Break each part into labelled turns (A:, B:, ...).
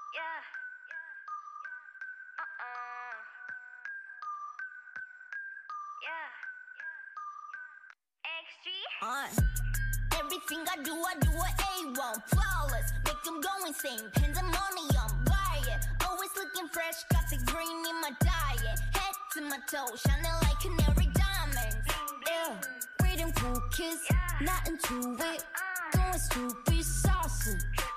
A: Yeah, yeah. XG.
B: Everything I do it A1 flawless. Make them go insane. Pandemonium, riot. Always looking fresh, got the green in my diet. Head to my toe, shining like canary diamonds. Yeah, waiting for kiss, not into it. Going stupid saucy.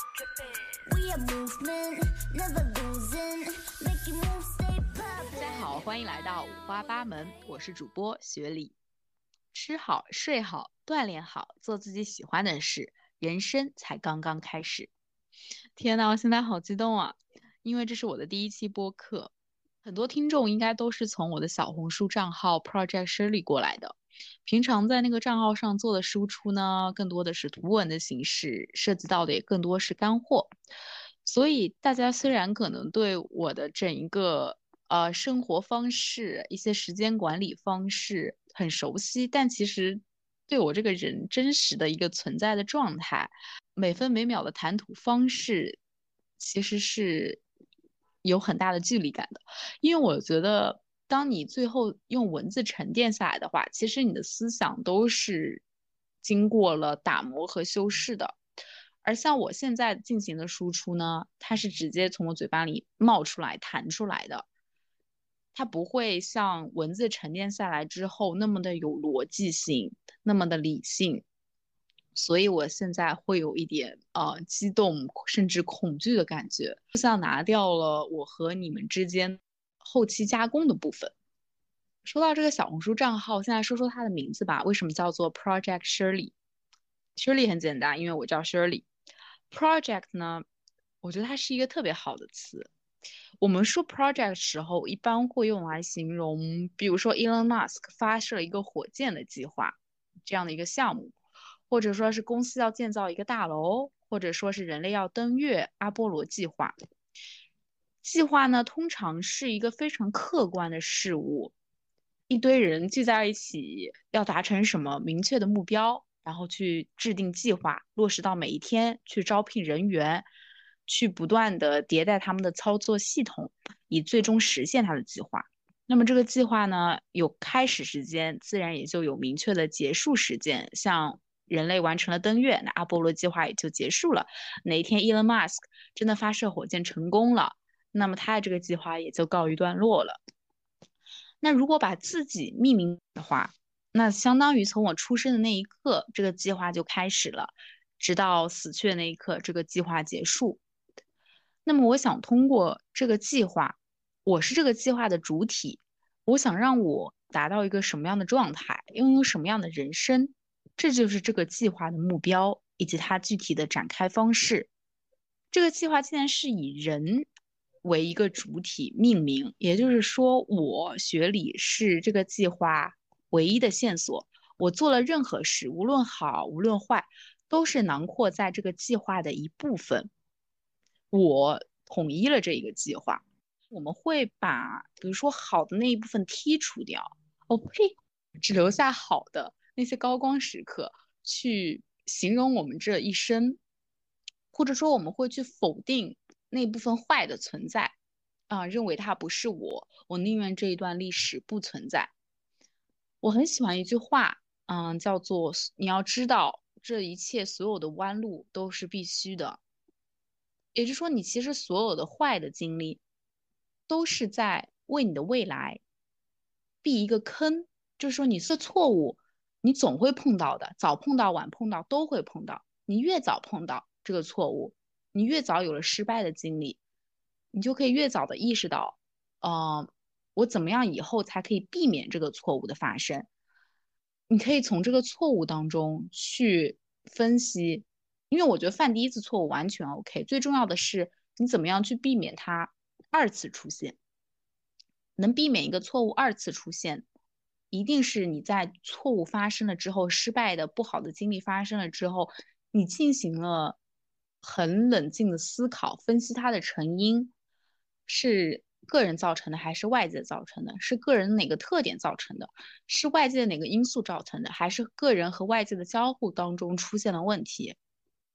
B: We are movement, never losing. Making moves, stay
C: 大家
B: poppin'.
C: 好，欢迎来到五花八门，我是主播雪里。吃好睡好锻炼好，做自己喜欢的事，人生才刚刚开始。天呐，我现在好激动啊，因为这是我的第一期播客。很多听众应该都是从我的小红书账号 Project Shirley 过来的。平常在那个账号上做的输出呢，更多的是图文的形式，涉及到的也更多是干货。所以大家虽然可能对我的整一个生活方式、一些时间管理方式很熟悉，但其实对我这个人真实的一个存在的状态，每分每秒的谈吐方式，其实是有很大的距离感的。因为我觉得，当你最后用文字沉淀下来的话，其实你的思想都是经过了打磨和修饰的。而像我现在进行的输出呢，它是直接从我嘴巴里冒出来、弹出来的，它不会像文字沉淀下来之后那么的有逻辑性，那么的理性。所以我现在会有一点激动，甚至恐惧的感觉，就像拿掉了我和你们之间后期加工的部分。说到这个小红书账号，现在说说它的名字吧。为什么叫做 Project Shirley？Shirley 很简单，因为我叫 Shirley。Project 呢，我觉得它是一个特别好的词。我们说 project 的时候，一般会用来形容，比如说 Elon Musk 发射了一个火箭的计划，这样的一个项目，或者说是公司要建造一个大楼，或者说是人类要登月阿波罗计划。计划呢，通常是一个非常客观的事物，一堆人聚在一起，要达成什么明确的目标，然后去制定计划，落实到每一天，去招聘人员，去不断的迭代他们的操作系统，以最终实现他的计划。那么这个计划呢，有开始时间，自然也就有明确的结束时间。像人类完成了登月，那阿波罗计划也就结束了。哪一天 Elon Musk 真的发射火箭成功了，那么他的这个计划也就告一段落了。那如果把自己命名的话，那相当于从我出生的那一刻，这个计划就开始了，直到死去的那一刻，这个计划结束。那么我想通过这个计划，我是这个计划的主体，我想让我达到一个什么样的状态，拥有什么样的人生，这就是这个计划的目标以及它具体的展开方式。这个计划既然是以人为一个主体命名，也就是说，我学理是这个计划唯一的线索。我做了任何事，无论好无论坏，都是囊括在这个计划的一部分。我统一了这一个计划，我们会把比如说好的那一部分剔除掉，哦呸，只留下好的那些高光时刻，去形容我们这一生，或者说我们会去否定那部分坏的存在，认为它不是我，我宁愿这一段历史不存在。我很喜欢一句话，叫做你要知道，这一切所有的弯路都是必须的。也就是说，你其实所有的坏的经历，都是在为你的未来避一个坑。就是说，你是错误，你总会碰到的，早碰到晚碰到都会碰到。你越早碰到这个错误，你越早有了失败的经历，你就可以越早的意识到，我怎么样以后才可以避免这个错误的发生。你可以从这个错误当中去分析，因为我觉得犯第一次错误完全 OK，最重要的是你怎么样去避免它二次出现。能避免一个错误二次出现，一定是你在错误发生了之后，失败的不好的经历发生了之后，你进行了很冷静的思考，分析它的成因是个人造成的还是外界造成的，是个人哪个特点造成的，是外界哪个因素造成的，还是个人和外界的交互当中出现了问题。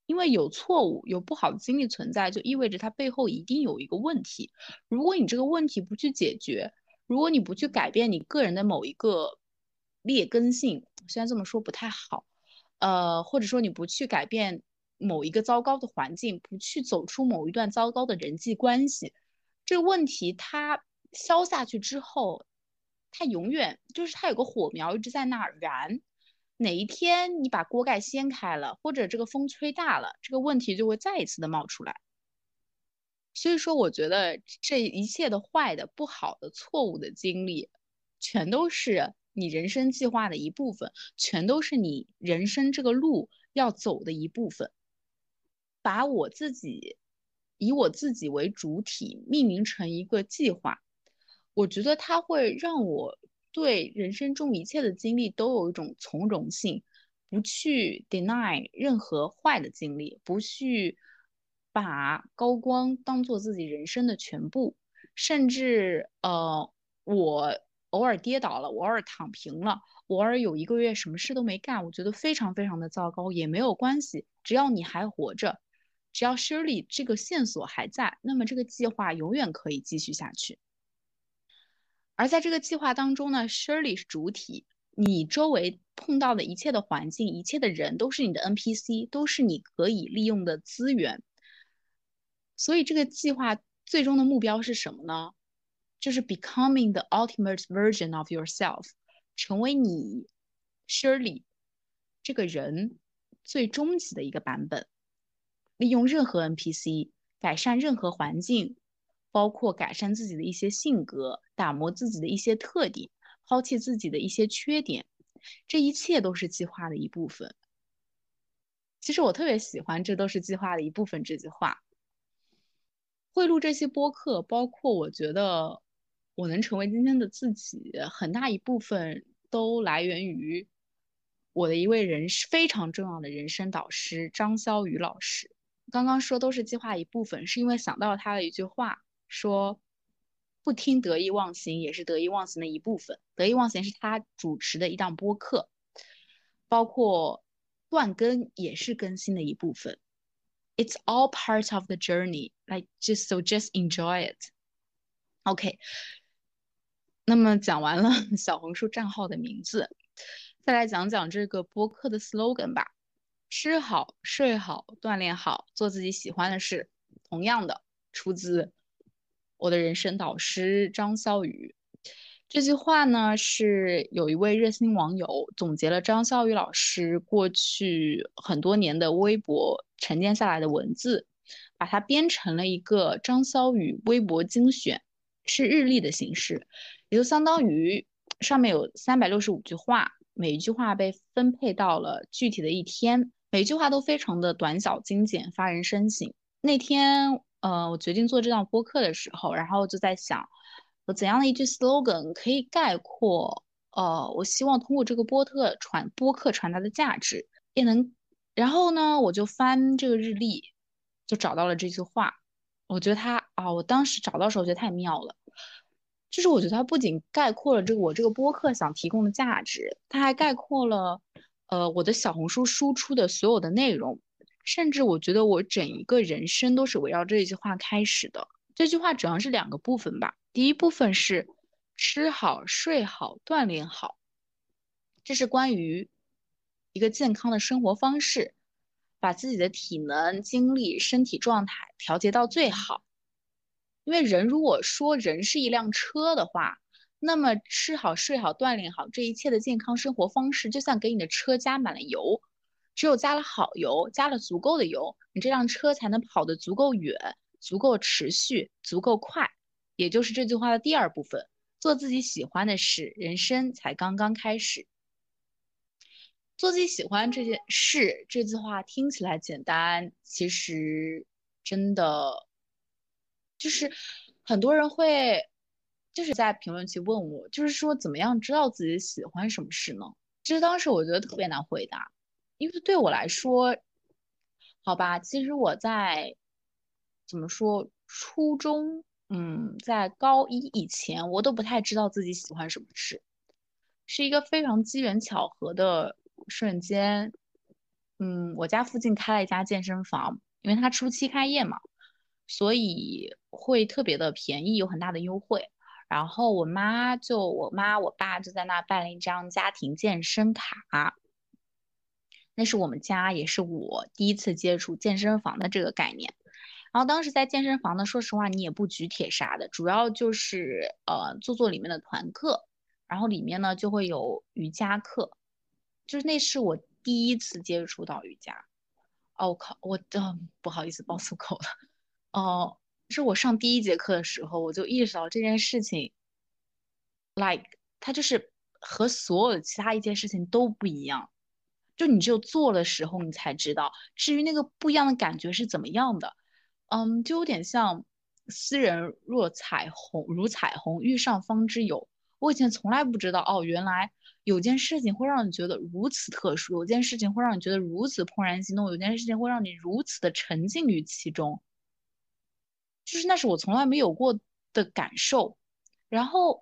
C: 因为有错误、有不好的经历存在，就意味着它背后一定有一个问题。如果你这个问题不去解决，如果你不去改变你个人的某一个劣根性，虽然这么说不太好，或者说你不去改变某一个糟糕的环境，不去走出某一段糟糕的人际关系，这个问题它消下去之后，它永远就是它有个火苗一直在那儿燃。哪一天你把锅盖掀开了，或者这个风吹大了，这个问题就会再一次的冒出来。所以说，我觉得这一切的坏的、不好的、错误的经历，全都是你人生计划的一部分，全都是你人生这个路要走的一部分。把我自己以我自己为主体，命名成一个计划，我觉得它会让我对人生中一切的经历都有一种从容性，不去 deny 任何坏的经历，不去把高光当做自己人生的全部，甚至我偶尔跌倒了，我偶尔躺平了，我偶尔有一个月什么事都没干，我觉得非常非常的糟糕，也没有关系，只要你还活着。只要 Shirley 这个线索还在，那么这个计划永远可以继续下去。而在这个计划当中呢，Shirley 是主体，你周围碰到的一切的环境、一切的人都是你的 NPC，都是你可以利用的资源。所以这个计划最终的目标是什么呢？就是 becoming the ultimate version of yourself，成为你 Shirley 这个人最终极的一个版本。利用任何 NPC 改善任何环境，包括改善自己的一些性格，打磨自己的一些特点，抛弃自己的一些缺点，这一切都是计划的一部分。其实我特别喜欢“这都是计划的一部分”这句话。会录这些播客，包括我觉得我能成为今天的自己，很大一部分都来源于我的一位非常重要的人生导师张潇雨老师。刚刚说都是计划一部分，是因为想到他的一句话，说不听得意忘形也是得意忘形的一部分。得意忘形是他主持的一档播客，包括断更也是更新的一部分。It's all part of the journey, like just enjoy it. OK，那么讲完了小红书账号的名字，再来讲讲这个播客的 slogan 吧。吃好、睡好、锻炼好，做自己喜欢的事。同样的，出自我的人生导师张潇雨。这句话呢，是有一位热心网友总结了张潇雨老师过去很多年的微博沉淀下来的文字，把它编成了一个张潇雨微博精选，是日历的形式，也就相当于上面有365句话，每一句话被分配到了具体的一天。每句话都非常的短小精简，发人深省。那天，我决定做这档播客的时候，然后就在想，有怎样的一句 slogan 可以概括，我希望通过这个播客传达的价值，也能，然后呢，我就翻这个日历，就找到了这句话。我觉得我当时找到的时候觉得太妙了，就是我觉得它不仅概括了我这个播客想提供的价值，它还概括了。我的小红书输出的所有的内容，甚至我觉得我整一个人生都是围绕这句话开始的。这句话主要是2个部分吧。第一部分是吃好、睡好、锻炼好，这是关于一个健康的生活方式，把自己的体能、精力、身体状态调节到最好。因为人如果说人是一辆车的话，那么吃好、睡好、锻炼好，这一切的健康生活方式，就像给你的车加满了油。只有加了好油，加了足够的油，你这辆车才能跑得足够远、足够持续、足够快。也就是这句话的第2部分：做自己喜欢的事，人生才刚刚开始。做自己喜欢这件事，这句话听起来简单，其实真的就是很多人会就是在评论区问我，就是说怎么样知道自己喜欢什么事呢？其实当时我觉得特别难回答，因为对我来说，好吧，其实我在怎么说初中，在高一以前，我都不太知道自己喜欢什么事，是一个非常机缘巧合的瞬间， 我家附近开了一家健身房，因为它初期开业嘛，所以会特别的便宜，有很大的优惠。然后我妈、我爸就在那办了一张家庭健身卡，那是我们家也是我第一次接触健身房的这个概念。然后当时在健身房呢，说实话你也不举铁啥的，主要就是做里面的团课，然后里面呢就会有瑜伽课，就是那是我第一次接触到瑜伽。哦，我靠，不好意思爆粗口了。是我上第一节课的时候，我就意识到这件事情它就是和所有其他一件事情都不一样。就你只有做的时候，你才知道。至于那个不一样的感觉是怎么样的，就有点像斯人如彩虹，遇上方知有。我以前从来不知道，哦，原来有件事情会让你觉得如此特殊，有件事情会让你觉得如此怦然心动，有件事情会让你如此的沉浸于其中。就是那是我从来没有过的感受。然后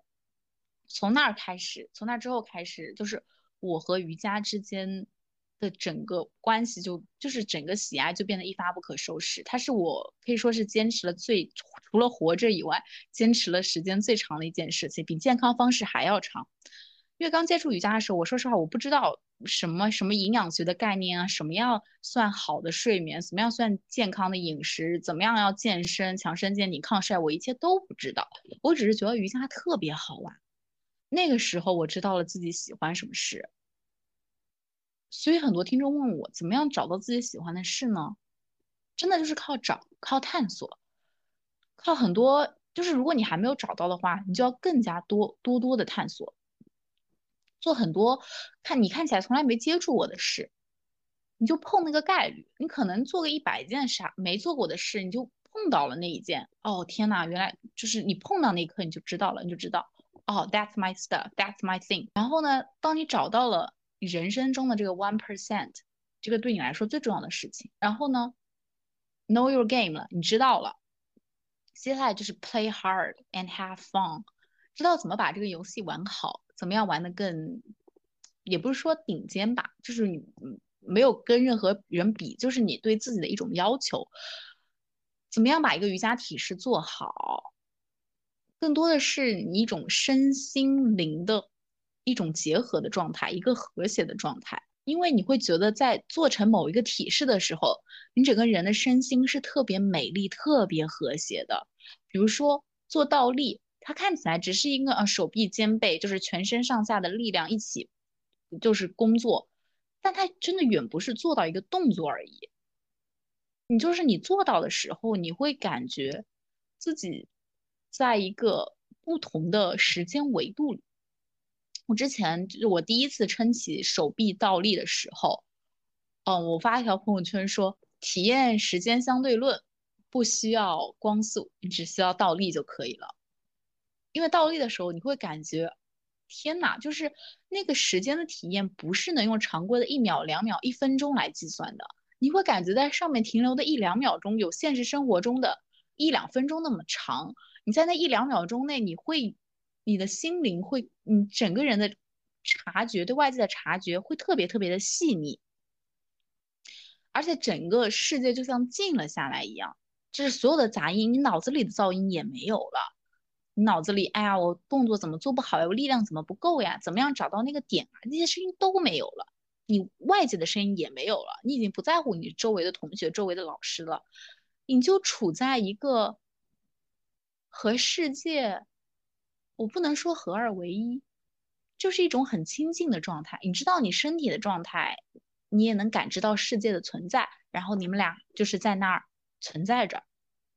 C: 从那之后开始，就是我和瑜伽之间的整个关系就是整个喜爱就变得一发不可收拾。它是我可以说是坚持了除了活着以外，坚持了时间最长的一件事情，比健康方式还要长。因为刚接触瑜伽的时候，我说实话，我不知道什么营养学的概念啊，什么样算好的睡眠，怎么样算健康的饮食，怎么样要健身、强身健体、抗晒，我一切都不知道。我只是觉得瑜伽特别好玩。那个时候我知道了自己喜欢什么事，所以很多听众问我，怎么样找到自己喜欢的事呢？真的就是靠找、靠探索、靠很多。就是如果你还没有找到的话，你就要更加多的探索。做很多你看起来从来没接触过的事，你就碰那个概率，你可能做个100件没做过的事，你就碰到了那一件。哦，天呐，原来就是你碰到那一刻你就知道了，你就知道，哦，that's my stuff，that's my thing。然后呢，当你找到了你人生中的这个1%，这个对你来说最重要的事情，然后呢，know your game 了，你知道了，接下来就是 play hard and have fun，知道怎么把这个游戏玩好，怎么样玩的更，也不是说顶尖吧，就是你没有跟任何人比，就是你对自己的一种要求，怎么样把一个瑜伽体式做好，更多的是你一种身心灵的一种结合的状态，一个和谐的状态。因为你会觉得在做成某一个体式的时候，你整个人的身心是特别美丽、特别和谐的。比如说做倒立，它看起来只是一个手臂肩背，就是全身上下的力量一起就是工作，但它真的远不是做到一个动作而已。你做到的时候，你会感觉自己在一个不同的时间维度里。我之前就是我第一次撑起手臂倒立的时候，我发一条朋友圈说，体验时间相对论，不需要光速，你只需要倒立就可以了。因为倒立的时候，你会感觉，天哪，就是那个时间的体验不是能用常规的1秒、2秒、1分钟来计算的，你会感觉在上面停留的1、2秒钟，有现实生活中的1、2分钟那么长。你在那1、2秒钟内，你的心灵会，你整个人的察觉，对外界的察觉会特别特别的细腻，而且整个世界就像静了下来一样，就是所有的杂音，你脑子里的噪音也没有了。你脑子里，哎呀，我动作怎么做不好呀？我力量怎么不够呀？怎么样找到那个点啊？这些声音都没有了，你外界的声音也没有了，你已经不在乎你周围的同学、周围的老师了，你就处在一个和世界，我不能说合二为一，就是一种很亲近的状态。你知道你身体的状态，你也能感知到世界的存在，然后你们俩就是在那儿存在着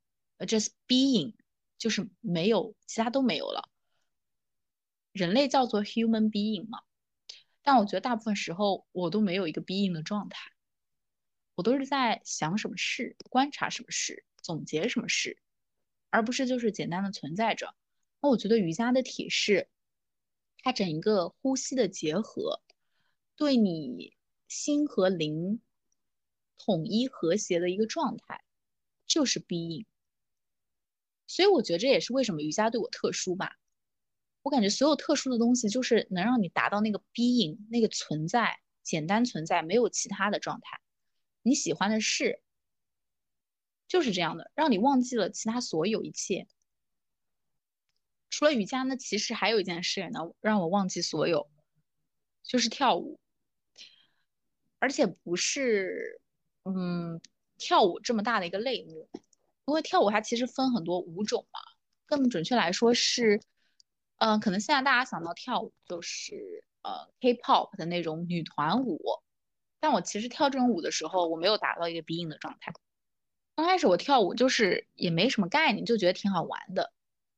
C: ，just being。就是没有，其他都没有了。人类叫做 human being 嘛，但我觉得大部分时候我都没有一个 being 的状态，我都是在想什么事，观察什么事，总结什么事，而不是就是简单的存在着。那我觉得瑜伽的体式，它整一个呼吸的结合，对你心和灵统一和谐的一个状态，就是 being。所以我觉得这也是为什么瑜伽对我特殊吧。我感觉所有特殊的东西，就是能让你达到那个 being 那个存在，简单存在，没有其他的状态。 你喜欢的事，就是这样的，让你忘记了其他所有一切。除了瑜伽呢，其实还有一件事也能让我忘记所有，就是跳舞。而且不是跳舞这么大的一个类目，因为跳舞它其实分很多舞种嘛，更准确来说是，可能现在大家想到跳舞就是K-pop 的那种女团舞，但我其实跳这种舞的时候，我没有达到一个鼻影的状态。刚开始我跳舞就是也没什么概念，就觉得挺好玩的。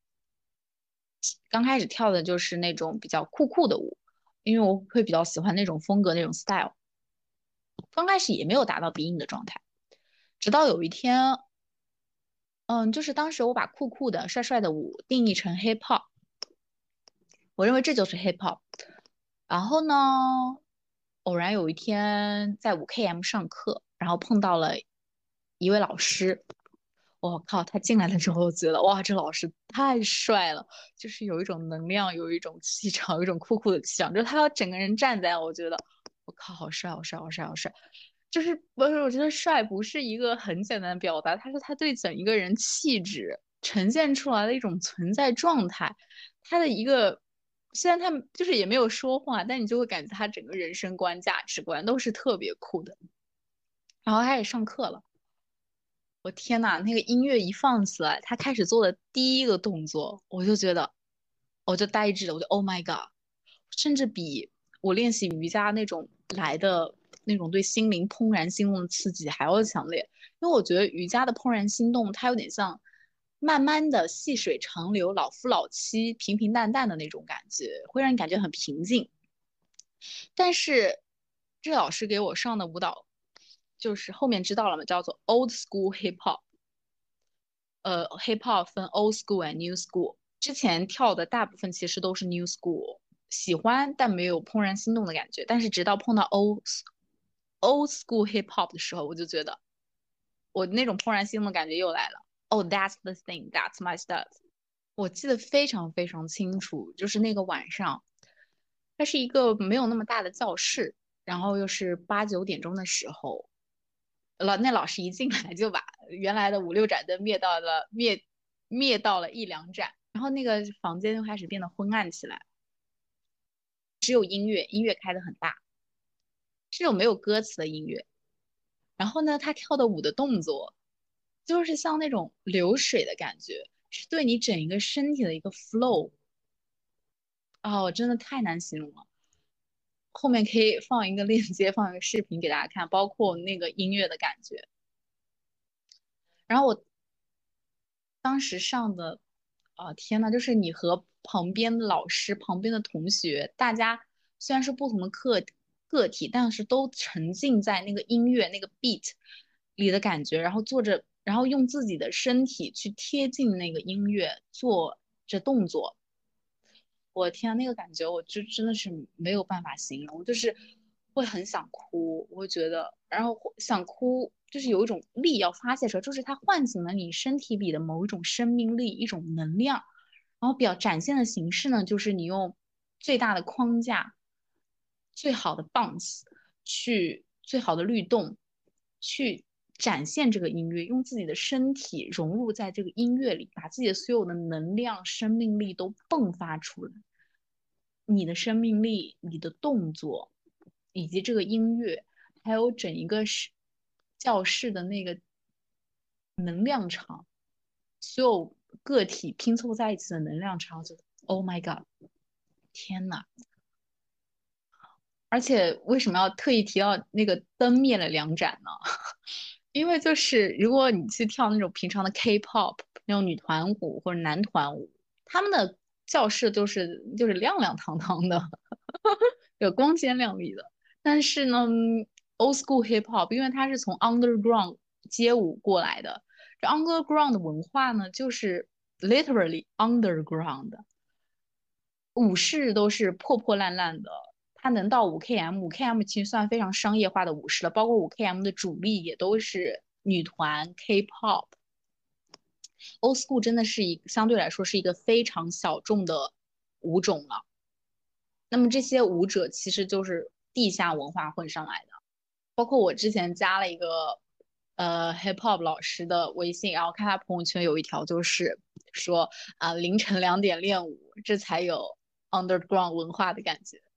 C: 刚开始跳的就是那种比较酷酷的舞，因为我会比较喜欢那种风格那种 style。刚开始也没有达到鼻影的状态，直到有一天，就是当时我把酷酷的、帅帅的舞定义成 hip hop，我认为这就是 hip hop。然后呢，偶然有一天在5KM 上课，然后碰到了一位老师，我靠，他进来的时候，我觉得哇，这老师太帅了，就是有一种能量，有一种气场，有一种酷酷的气场，就是他要整个人站在，我觉得我靠，好帅，好帅，好帅，好帅。就是不是，我觉得帅不是一个很简单的表达，他是他对整一个人气质呈现出来的一种存在状态，他的一个，虽然他就是也没有说话，但你就会感觉他整个人生观、价值观都是特别酷的。然后开始上课了，我天呐，那个音乐一放起来，他开始做的第一个动作，我就觉得，我就呆滞了，我就 Oh my God，甚至比我练习瑜伽那种来的那种对心灵怦然心动的刺激还要强烈。因为我觉得瑜伽的怦然心动，它有点像慢慢的细水长流、老夫老妻、平平淡淡的那种感觉，会让你感觉很平静。但是这老师给我上的舞蹈，就是后面知道了嘛，叫做 Old School Hip Hop。hip hop 分 old school and new school。之前跳的大部分其实都是 new school，喜欢但没有怦然心动的感觉。但是直到碰到 old school hip hop 的时候，我就觉得我那种怦然心动的感觉又来了。Oh, that's the thing, that's my stuff。我记得非常非常清楚，就是那个晚上，它是一个没有那么大的教室，然后又是8、9点钟的时候，那老师一进来就把原来的5、6盏灯灭到了1、2盏，然后那个房间就开始变得昏暗起来，只有音乐，音乐开得很大，是种没有歌词的音乐。然后呢，他跳的舞的动作，就是像那种流水的感觉，是对你整一个身体的一个 flow。哦，真的太难形容了。后面可以放一个链接，放一个视频给大家看，包括那个音乐的感觉。然后我当时上的，天呐，就是你和旁边的老师、旁边的同学，大家虽然是不同的个体，但是都沉浸在那个音乐、那个 beat 里的感觉，然后做着，然后用自己的身体去贴近那个音乐，做着动作。我天啊，那个感觉我就真的是没有办法形容，就是会很想哭，我会觉得，然后想哭，就是有一种力要发泄出来，就是它唤醒了你身体里的某一种生命力，一种能量，然后展现的形式呢，就是你用最大的框架、最好的 bounce 去最好的律动去展现这个音乐，用自己的身体融入在这个音乐里，把自己的所有的能量、生命力都迸发出来。你的生命力、你的动作，以及这个音乐，还有整一个教室的那个能量场，所有个体拼凑在一起的能量场，就 Oh my God，天呐！而且为什么要特意提到那个灯灭了2盏呢？因为就是如果你去跳那种平常的 K-pop 那种女团舞或者男团舞，他们的教室就是亮亮堂堂的，有光鲜亮丽的。但是呢，old school hip hop 因为它是从 underground 街舞过来的，这 underground 的文化呢，就是 literally underground 的。舞室都是破破烂烂的，它能到5KM，5KM 其实算非常商业化的舞室了，包括5KM 的主力也都是女团 K-pop。Old school 真的是相对来说是一个非常小众的舞种了。那么这些舞者其实就是地下文化混上来的。 包括我之前加了一个hip hop 老师的微信，然后看他朋友圈有一条就是说凌晨2点练舞，这才有 underground 文化的感觉。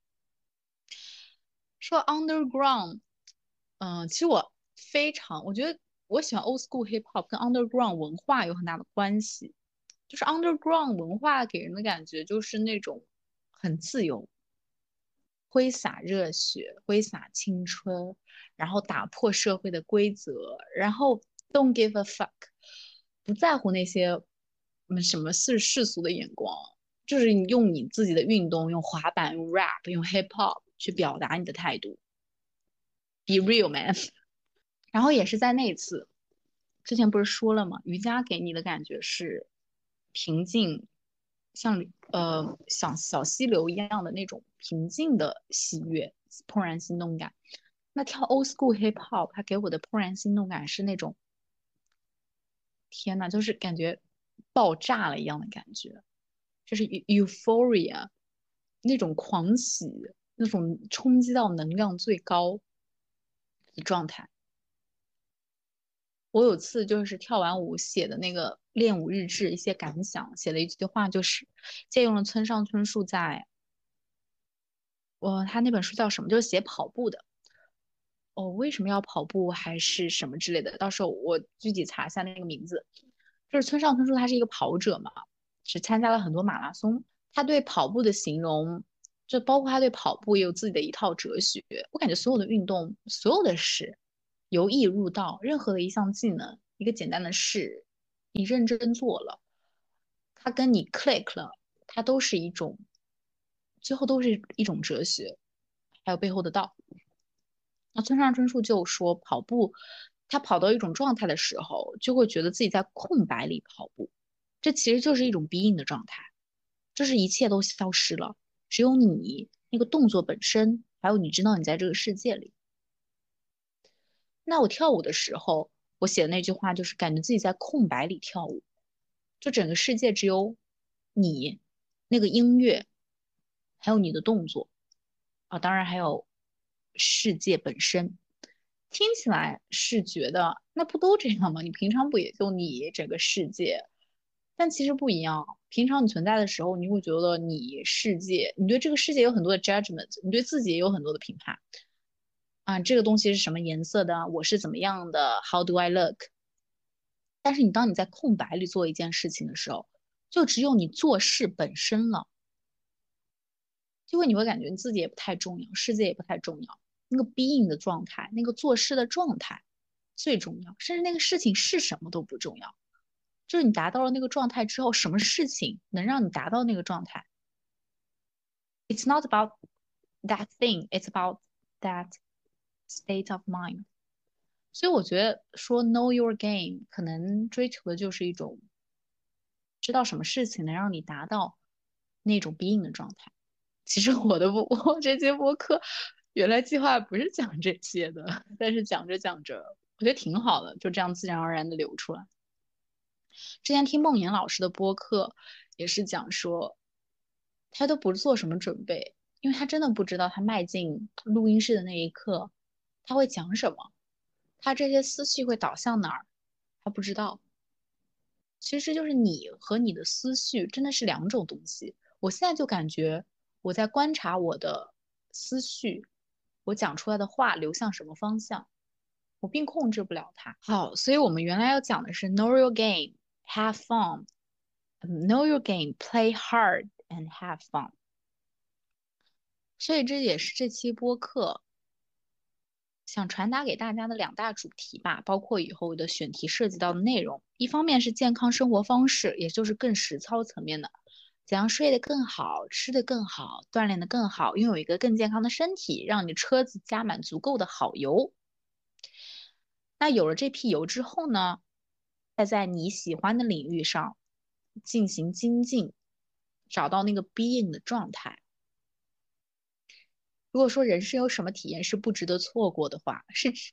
C: 说 underground，其实我觉得我喜欢 old school hip hop 跟 underground 文化有很大的关系。就是 underground 文化给人的感觉就是那种很自由，挥洒热血，挥洒青春，然后打破社会的规则，然后 don't give a fuck，不在乎那些什么世俗的眼光，就是你用你自己的运动，用滑板，用 rap，用 hip hop 去表达你的态度，be real man。然后也是在那一次，之前不是说了吗？瑜伽给你的感觉是平静，像像小溪流一样的那种平静的喜悦，怦然心动感。那跳 old school hip hop，它给我的怦然心动感是那种，天呐，就是感觉爆炸了一样的感觉，就是 euphoria 那种狂喜，那种冲击到能量最高的状态。我有次就是跳完舞写的那个练舞日志，一些感想，写了一句话，就是借用了村上春树在他那本书叫什么，就是写跑步的。为什么要跑步还是什么之类的，到时候我具体查一下那个名字。就是村上春树他是一个跑者嘛，是参加了很多马拉松。他对跑步的形容，就包括他对跑步也有自己的一套哲学。我感觉所有的运动，所有的事，由易入道，任何的一项技能，一个简单的事，你认真做了，它跟你 click 了，它都是一种，最后都是一种哲学，还有背后的道。那村上春树就说，跑步，他跑到一种状态的时候，就会觉得自己在空白里跑步，这其实就是一种 being 的状态，就是一切都消失了，只有你那个动作本身，还有你知道你在这个世界里。那我跳舞的时候，我写的那句话就是感觉自己在空白里跳舞，就整个世界只有你，那个音乐，还有你的动作啊，当然还有世界本身。听起来是觉得那不都这样吗？你平常不也就你整个世界？但其实不一样。平常你存在的时候，你会觉得你对这个世界有很多的 judgment，你对自己也有很多的评判。这个东西是什么颜色的？我是怎么样的？How do I look？但是当你在空白里做一件事情的时候，就只有你做事本身了，就会你会感觉你自己也不太重要，世界也不太重要，那个 being 的状态，那个做事的状态最重要，甚至那个事情是什么都不重要。就是你达到了那个状态之后，什么事情能让你达到那个状态？It's not about that thing, it's about that state of mind。所以我觉得说 know your game，可能追求的就是一种知道什么事情能让你达到那种 being 的状态。其实我这节播客原来计划不是讲这些的，但是讲着讲着，我觉得挺好的，就这样自然而然的流出来。之前听梦妍老师的播客，也是讲说，他都不做什么准备，因为他真的不知道他迈进录音室的那一刻，他会讲什么，他这些思绪会导向哪儿，他不知道。其实就是你和你的思绪真的是两种东西。我现在就感觉我在观察我的思绪，我讲出来的话流向什么方向，我并控制不了它。好，所以我们原来要讲的是 know your game, have fun. Know your game, play hard and have fun。所以这也是这期播客想传达给大家的两大主题吧，包括以后的选题涉及到的内容。一方面是健康生活方式，也就是更实操层面的，怎样睡得更好，吃得更好，锻炼得更好，拥有一个更健康的身体，让你车子加满足够的好油。那有了这批油之后呢，再在你喜欢的领域上进行精进，找到那个 being 的状态。如果说人生有什么体验是不值得错过的话，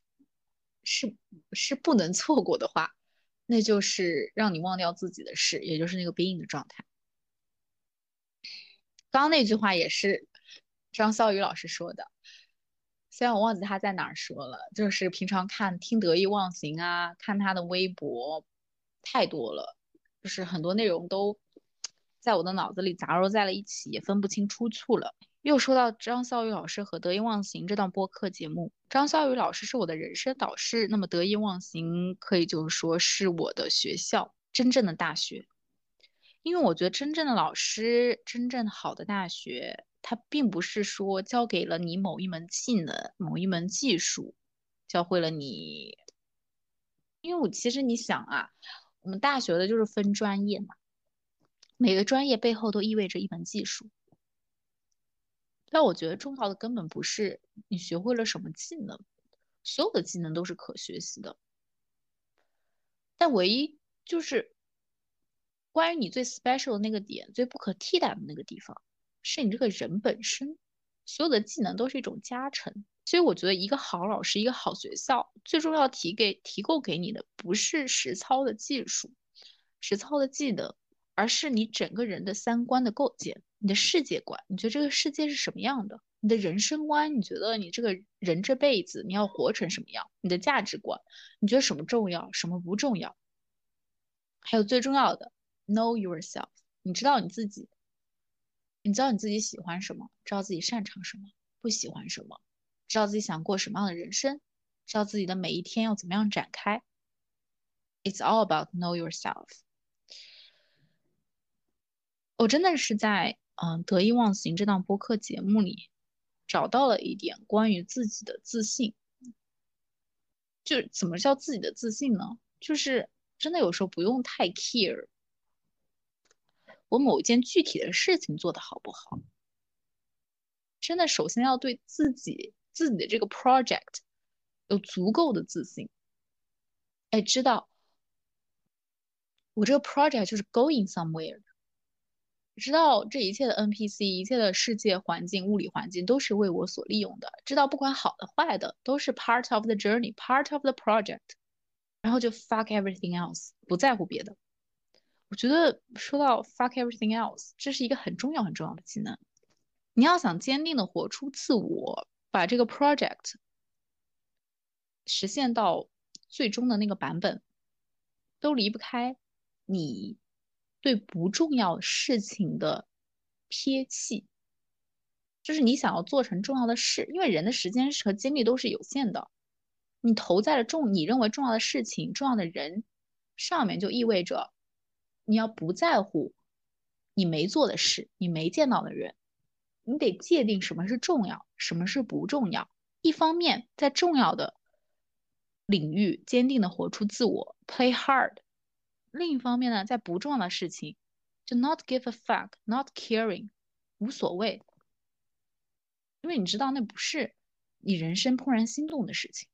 C: 是不能错过的话，那就是让你忘掉自己的事，也就是那个 being 的状态。刚刚那句话也是张潇雨老师说的， 虽然我忘记他在哪儿说了，就是平常听得意忘形啊，看他的微博太多了，就是很多内容都在我的脑子里杂糅在了一起，也分不清出处了。又说到张笑宇老师和得意忘形这档播客节目，张笑宇老师是我的人生导师，那么得意忘形可以就是说是我的学校，真正的大学。因为我觉得真正的老师，真正好的大学，它并不是说教给了你某一门技能、某一门技术，教会了你。因为其实你想啊，我们大学的就是分专业嘛，每个专业背后都意味着一门技术。但我觉得重要的根本不是你学会了什么技能，所有的技能都是可学习的，但唯一就是关于你最 special 的那个点，最不可替代的那个地方，是你这个人本身。所有的技能都是一种加成，所以我觉得一个好老师，一个好学校，最重要提供给你的不是实操的技术、实操的技能，而是你整个人的三观的构建，你的世界观，你觉得这个世界是什么样的？你的人生观，你觉得你这个人这辈子你要活成什么样？你的价值观，你觉得什么重要，什么不重要？还有最重要的，know yourself，你知道你自己，你知道你自己喜欢什么，知道自己擅长什么，不喜欢什么，知道自己想过什么样的人生，知道自己的每一天要怎么样展开。It's all about know yourself。我真的是在得意忘形这档播客节目里找到了一点关于自己的自信。就怎么叫自己的自信呢？就是真的有时候不用太 care 我某一件具体的事情做得好不好，真的首先要对自己的这个 project 有足够的自信。哎，知道我这个 project 就是 going somewhere，知道这一切的 NPC，一切的世界环境、物理环境都是为我所利用的，知道不管好的坏的都是 part of the journey，part of the project，然后就 fuck everything else，不在乎别的。我觉得说到 fuck everything else，这是一个很重要很重要的技能。你要想坚定的活出自我，把这个 project 实现到最终的那个版本，都离不开你对不重要事情的撇弃。就是你想要做成重要的事，因为人的时间和精力都是有限的，你投在了你认为重要的事情、重要的人上面，就意味着你要不在乎你没做的事、你没见到的人，你得界定什么是重要，什么是不重要。一方面，在重要的领域坚定的活出自我，play hard；另一方面呢，在不重要的事情就 not give a fuck，not caring，无所谓，因为你知道那不是你人生怦然心动的事情。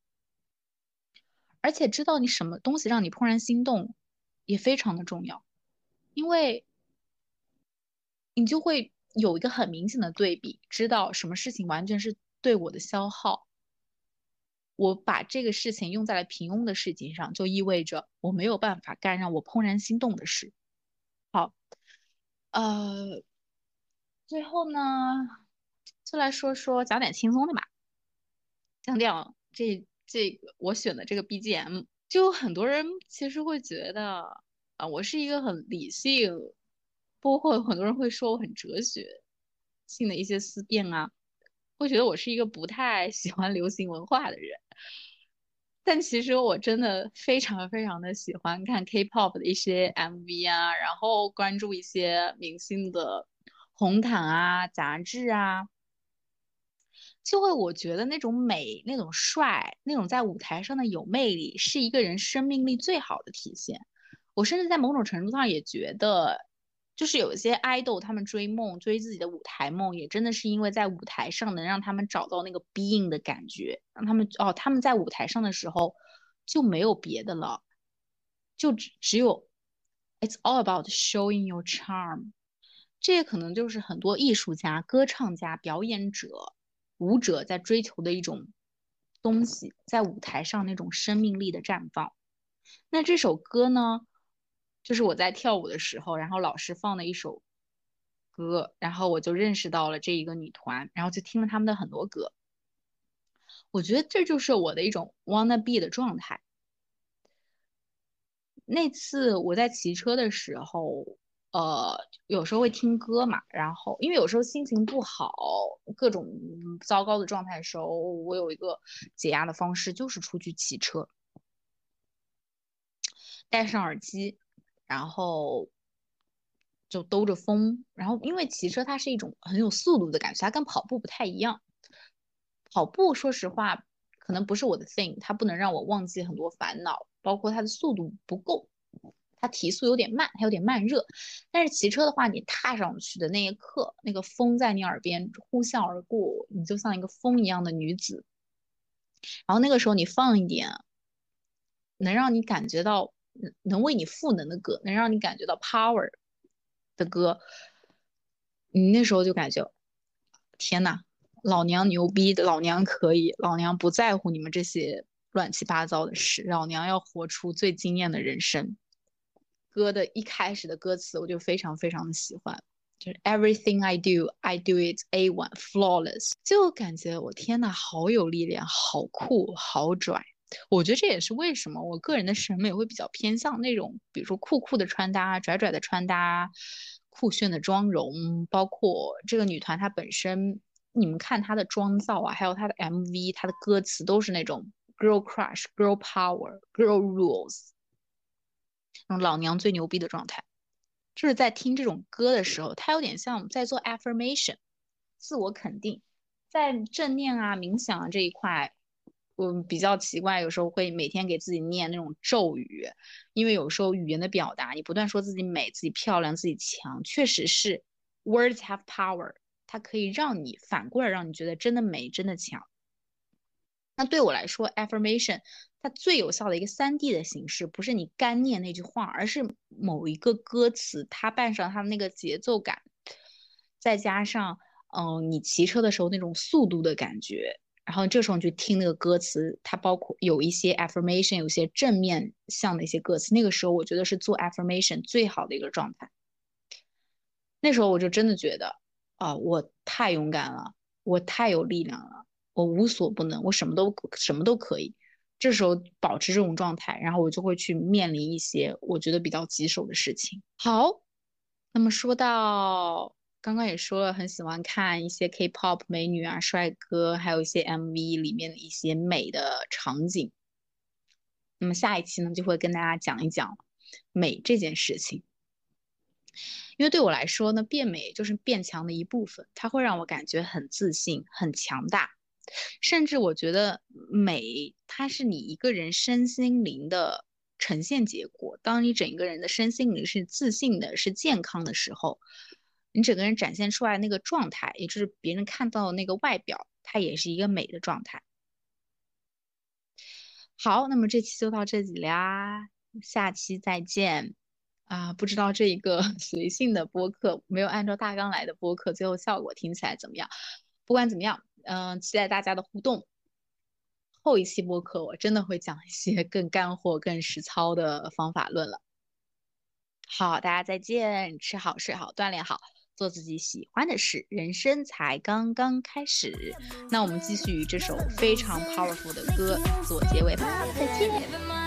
C: 而且知道你什么东西让你怦然心动，也非常的重要，因为你就会有一个很明显的对比，知道什么事情完全是对我的消耗。我把这个事情用在了平庸的事情上，就意味着我没有办法干让我怦然心动的事。好，呃，最后呢，就来说说讲点轻松的吧，讲点这个我选的这个 BGM。就很多人其实会觉得我是一个很理性，包括很多人会说我很哲学性的一些思辨啊，会觉得我是一个不太喜欢流行文化的人。但其实我真的非常非常的喜欢看 K-pop 的一些 MV 啊，然后关注一些明星的红毯啊、杂志啊，就会我觉得那种美、那种帅、那种在舞台上的有魅力，是一个人生命力最好的体现。我甚至在某种程度上也觉得，就是有一些爱豆他们追梦、追自己的舞台梦，也真的是因为在舞台上能让他们找到那个 being 的感觉，让他们在舞台上的时候就没有别的了，就只有 it's all about showing your charm。这可能就是很多艺术家、歌唱家、表演者、舞者在追求的一种东西，在舞台上那种生命力的绽放。那这首歌呢，就是我在跳舞的时候，然后老师放的一首歌，然后我就认识到了这一个女团，然后就听了他们的很多歌。 我觉得这就是我的一种 wanna be 的状态。那次我在骑车的时候，有时候会听歌嘛，然后因为有时候心情不好，各种糟糕的状态的时候，我有一个解压的方式，就是出去骑车，戴上耳机，然后就兜着风，然后因为骑车它是一种很有速度的感觉，它跟跑步不太一样。跑步说实话可能不是我的 thing，它不能让我忘记很多烦恼，包括它的速度不够，它提速有点慢，还有点慢热。但是骑车的话，你踏上去的那一刻，那个风在你耳边呼啸而过，你就像一个风一样的女子。然后那个时候你放一点能让你感觉到能为你赋能的歌，能让你感觉到 power 的歌，你那时候就感觉天呐，老娘牛逼的，老娘可以，老娘不在乎你们这些乱七八糟的事，老娘要活出最惊艳的人生。歌的一开始的歌词我就非常非常的喜欢，就是 Everything I do, I do it A1 flawless， 就感觉我天呐，好有力量，好酷，好拽。我觉得这也是为什么我个人的审美会比较偏向那种，比如说酷酷的穿搭、拽拽的穿搭、酷炫的妆容，包括这个女团她本身，你们看她的妆造啊，还有她的 MV，她的歌词都是那种 girl crush、girl power、girl rules，那种老娘最牛逼的状态。就是在听这种歌的时候，它有点像在做 affirmation，自我肯定，在正念啊、冥想啊这一块。比较奇怪，有时候会每天给自己念那种咒语，因为有时候语言的表达，你不断说自己美、自己漂亮、自己强，确实是 words have power， 它可以让你反过来让你觉得真的美、真的强。那对我来说 ，affirmation 它最有效的一个3D 的形式，不是你干念那句话，而是某一个歌词，它伴上它的那个节奏感，再加上你骑车的时候那种速度的感觉。然后这时候你去听那个歌词，它包括有一些 affirmation， 有一些正面向的一些歌词。那个时候我觉得是做 affirmation 最好的一个状态。那时候我就真的觉得我太勇敢了，我太有力量了，我无所不能，我什么都可以。这时候保持这种状态，然后我就会去面临一些我觉得比较棘手的事情。好，那么说到刚刚也说了，很喜欢看一些 K-pop 美女啊、帅哥，还有一些 MV 里面的一些美的场景。那么下一期呢，就会跟大家讲一讲美这件事情。因为对我来说呢，变美就是变强的一部分，它会让我感觉很自信、很强大，甚至我觉得美它是你一个人身心灵的呈现结果。当你整个人的身心灵是自信的、是健康的时候，你整个人展现出来那个状态，也就是别人看到的那个外表，它也是一个美的状态。好，那么这期就到这里啦，下期再见。不知道这一个随性的播客，没有按照大纲来的播客，最后效果听起来怎么样？不管怎么样，期待大家的互动。后一期播客我真的会讲一些更干货、更实操的方法论了。好，大家再见，吃好睡好锻炼好，做自己喜欢的事，人生才刚刚开始。那我们继续以这首非常 powerful 的歌做结尾吧，再见。